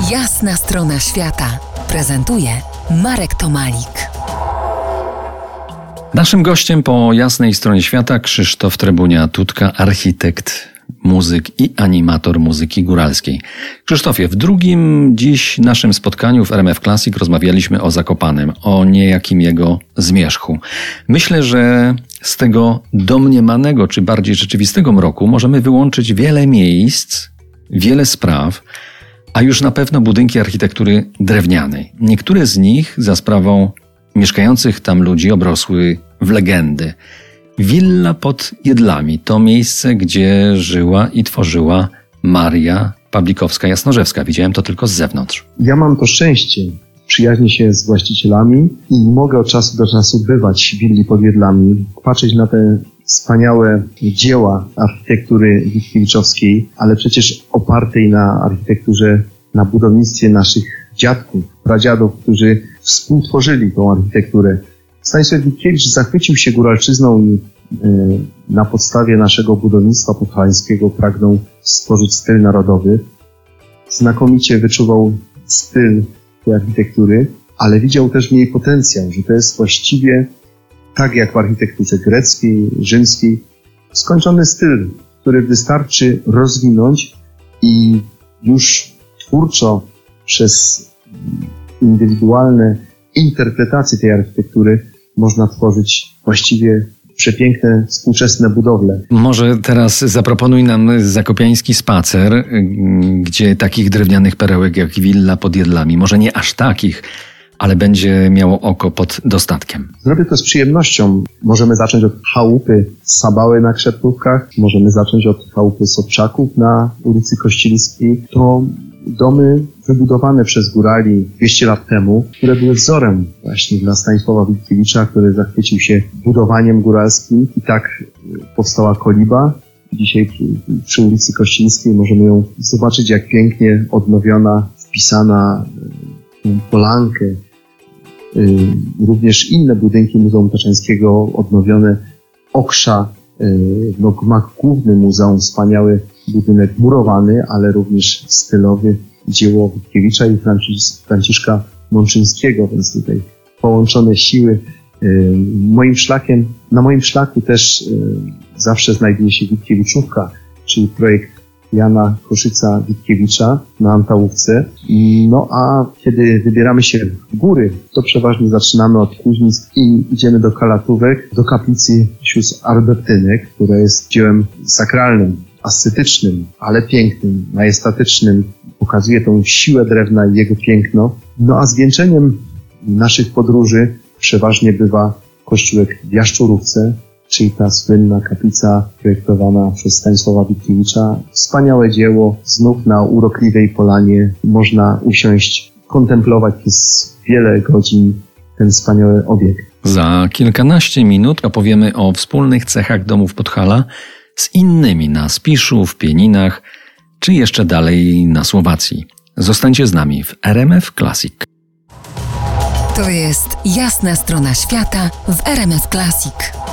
Jasna strona świata prezentuje Marek Tomalik. Naszym gościem po jasnej stronie świata Krzysztof Trebunia-Tutka, architekt, muzyk i animator muzyki góralskiej. Krzysztofie, w drugim dziś naszym spotkaniu w RMF Classic rozmawialiśmy o Zakopanem, o niejakim jego zmierzchu. Myślę, że z tego domniemanego, czy bardziej rzeczywistego mroku możemy wyłączyć wiele miejsc, wiele spraw, a już na pewno budynki architektury drewnianej. Niektóre z nich za sprawą mieszkających tam ludzi obrosły w legendy. Willa pod Jedlami to miejsce, gdzie żyła i tworzyła Maria Pawlikowska-Jasnorzewska. Widziałem to tylko z zewnątrz. Ja mam to szczęście. Przyjaźnię się z właścicielami i mogę od czasu do czasu bywać w willi pod Jedlami, patrzeć na te wspaniałe dzieła architektury witkiewiczowskiej, ale przecież opartej na architekturze, na budownictwie naszych dziadków, pradziadów, którzy współtworzyli tą architekturę. Stanisław Witkiewicz zachwycił się góralczyzną i na podstawie naszego budownictwa podhalańskiego pragnął stworzyć styl narodowy. Znakomicie wyczuwał styl tej architektury, ale widział też w niej potencjał, że to jest właściwie, tak jak w architekturze greckiej, rzymskiej, skończony styl, który wystarczy rozwinąć i już twórczo przez indywidualne interpretacje tej architektury można tworzyć właściwie przepiękne, współczesne budowle. Może teraz zaproponuj nam zakopiański spacer, gdzie takich drewnianych perełek jak willa pod Jedlami, może nie aż takich, ale będzie miało oko pod dostatkiem. Zrobię to z przyjemnością. Możemy zacząć od chałupy Sabały na Krzepówkach, możemy zacząć od chałupy Sobczaków na ulicy Kościelskiej. To domy wybudowane przez górali 200 lat temu, które były wzorem właśnie dla Stanisława Witkiewicza, który zachwycił się budowaniem góralskim i tak powstała Koliba. Dzisiaj przy ulicy Kościelskiej możemy ją zobaczyć, jak pięknie odnowiona, wpisana w polankę. Również inne budynki Muzeum Taczeńskiego odnowione. Okrza, gmach główny muzeum, wspaniały budynek murowany, ale również stylowy, dzieło Witkiewicza i Franciszka Mączyńskiego, więc tutaj połączone siły. Na moim szlaku też zawsze znajduje się Witkiewiczówka, czyli projekt Jana Koszyca-Witkiewicza na Antałówce. No a kiedy wybieramy się w góry, to przeważnie zaczynamy od Kuźnic i idziemy do Kalatówek, do kaplicy sióstr Albertynek, która jest dziełem sakralnym, ascetycznym, ale pięknym, majestatycznym. Pokazuje tą siłę drewna i jego piękno. No a zwieńczeniem naszych podróży przeważnie bywa kościółek w Jaszczurówce, czyli ta słynna kaplica projektowana przez Stanisława Witkiewicza. Wspaniałe dzieło, znów na urokliwej polanie można usiąść, kontemplować przez wiele godzin ten wspaniały obiekt. Za kilkanaście minut opowiemy o wspólnych cechach domów Podhala z innymi na Spiszu, w Pieninach, czy jeszcze dalej na Słowacji. Zostańcie z nami w RMF Classic. To jest jasna strona świata w RMF Classic.